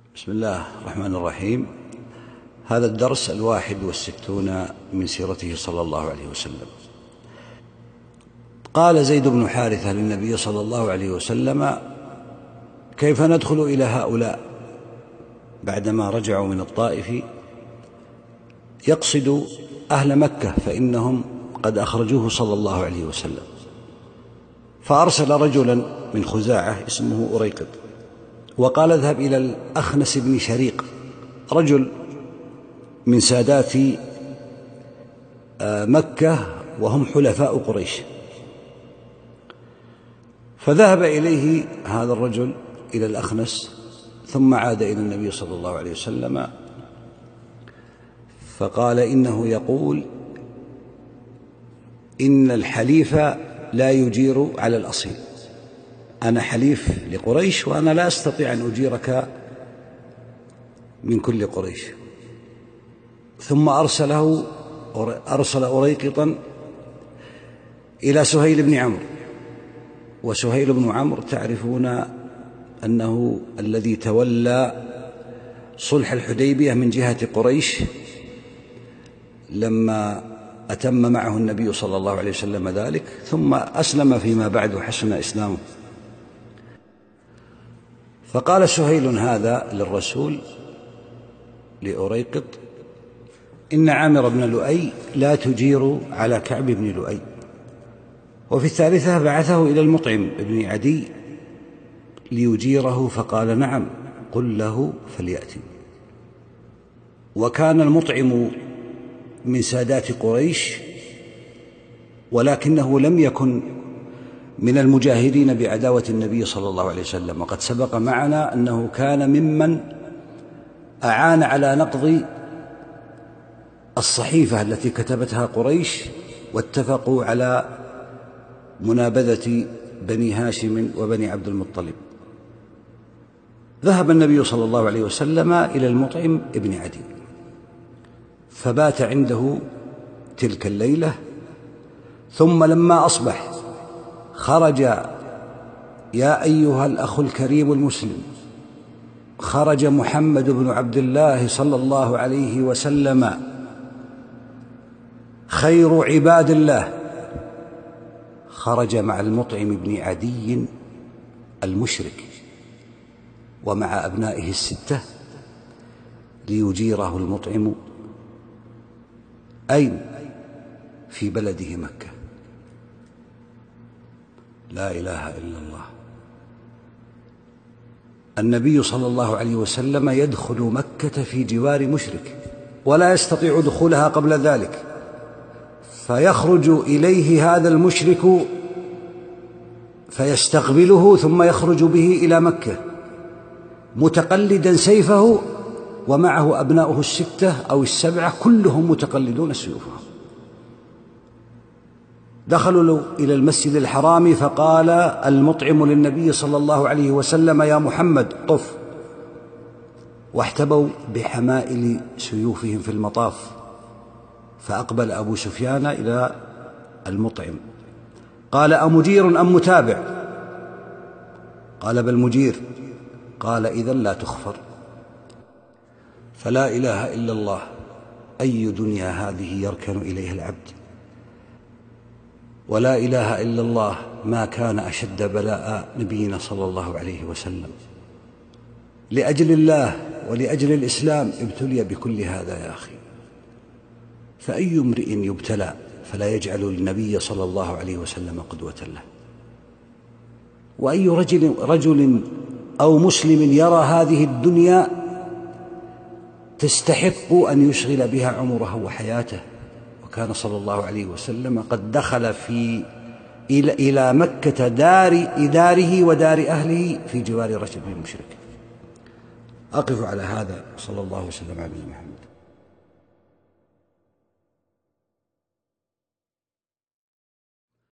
بسم الله الرحمن الرحيم. هذا الدرس 61 من سيرته صلى الله عليه وسلم. قال زيد بن حارثة للنبي صلى الله عليه وسلم: كيف ندخل إلى هؤلاء بعدما رجعوا من الطائف؟ يقصد أهل مكة، فإنهم قد أخرجوه صلى الله عليه وسلم. فأرسل رجلا من خزاعة اسمه أريقط، وقال: اذهب إلى الأخنس بن شريق، رجل من سادات مكة وهم حلفاء قريش. فذهب إليه هذا الرجل إلى الأخنس، ثم عاد إلى النبي صلى الله عليه وسلم فقال: إنه يقول إن الحليف لا يجير على الأصيل، أنا حليف لقريش وأنا لا أستطيع أن أجيرك من كل قريش. ثم أرسل أريقطا إلى سهيل بن عمرو، وسهيل بن عمرو تعرفون أنه الذي تولى صلح الحديبية من جهة قريش لما أتم معه النبي صلى الله عليه وسلم ذلك، ثم أسلم فيما بعد وحسن إسلامه. فقال سهيل هذا للرسول لأريقط: إن عامر بن لؤي لا تجير على كعب بن لؤي. وفي الثالثة بعثه إلى المطعم بن عدي ليجيره، فقال: نعم، قل له فليأتي. وكان المطعم من سادات قريش، ولكنه لم يكن من المجاهرين بعداوة النبي صلى الله عليه وسلم، وقد سبق معنا أنه كان ممن أعان على نقض الصحيفة التي كتبتها قريش، واتفقوا على منابذة بني هاشم وبني عبد المطلب. ذهب النبي صلى الله عليه وسلم إلى المطعم ابن عدي، فبات عنده تلك الليلة. ثم لما أصبح خرج: يا أيها الأخ الكريم المسلم، خرج محمد بن عبد الله صلى الله عليه وسلم خير عباد الله. خرج مع المطعم بن عدي المشرك ومع أبنائه الستة ليجيره المطعم أين؟ في بلده مكة. لا إله إلا الله. النبي صلى الله عليه وسلم يدخل مكة في جوار مشرك ولا يستطيع دخولها قبل ذلك، فيخرج إليه هذا المشرك فيستقبله، ثم يخرج به إلى مكة متقلدا سيفه، ومعه أبناؤه الستة أو السبعة كلهم متقلدون سيوفهم. دخلوا إلى المسجد الحرام، فقال المطعم للنبي صلى الله عليه وسلم: يا محمد طف. واحتبوا بحمائل سيوفهم في المطاف، فأقبل أبو سفيان إلى المطعم، قال: أمجير أم متابع؟ قال: بل مجير. قال: إذن لا تخفر. فلا إله إلا الله، أي دنيا هذه يركن إليها العبد؟ ولا إله إلا الله ما كان أشد بلاء نبينا صلى الله عليه وسلم. لأجل الله ولأجل الإسلام ابتلي بكل هذا يا أخي. فأي امرئ يبتلى فلا يجعل النبي صلى الله عليه وسلم قدوة له؟ وأي رجل أو مسلم يرى هذه الدنيا تستحق أن يشغل بها عمره وحياته؟ وكان صلى الله عليه وسلم قد دخل إلى مكة داره ودار أهله في جوار رجل مشرك. أقف على هذا. صلى الله وسلم على محمد.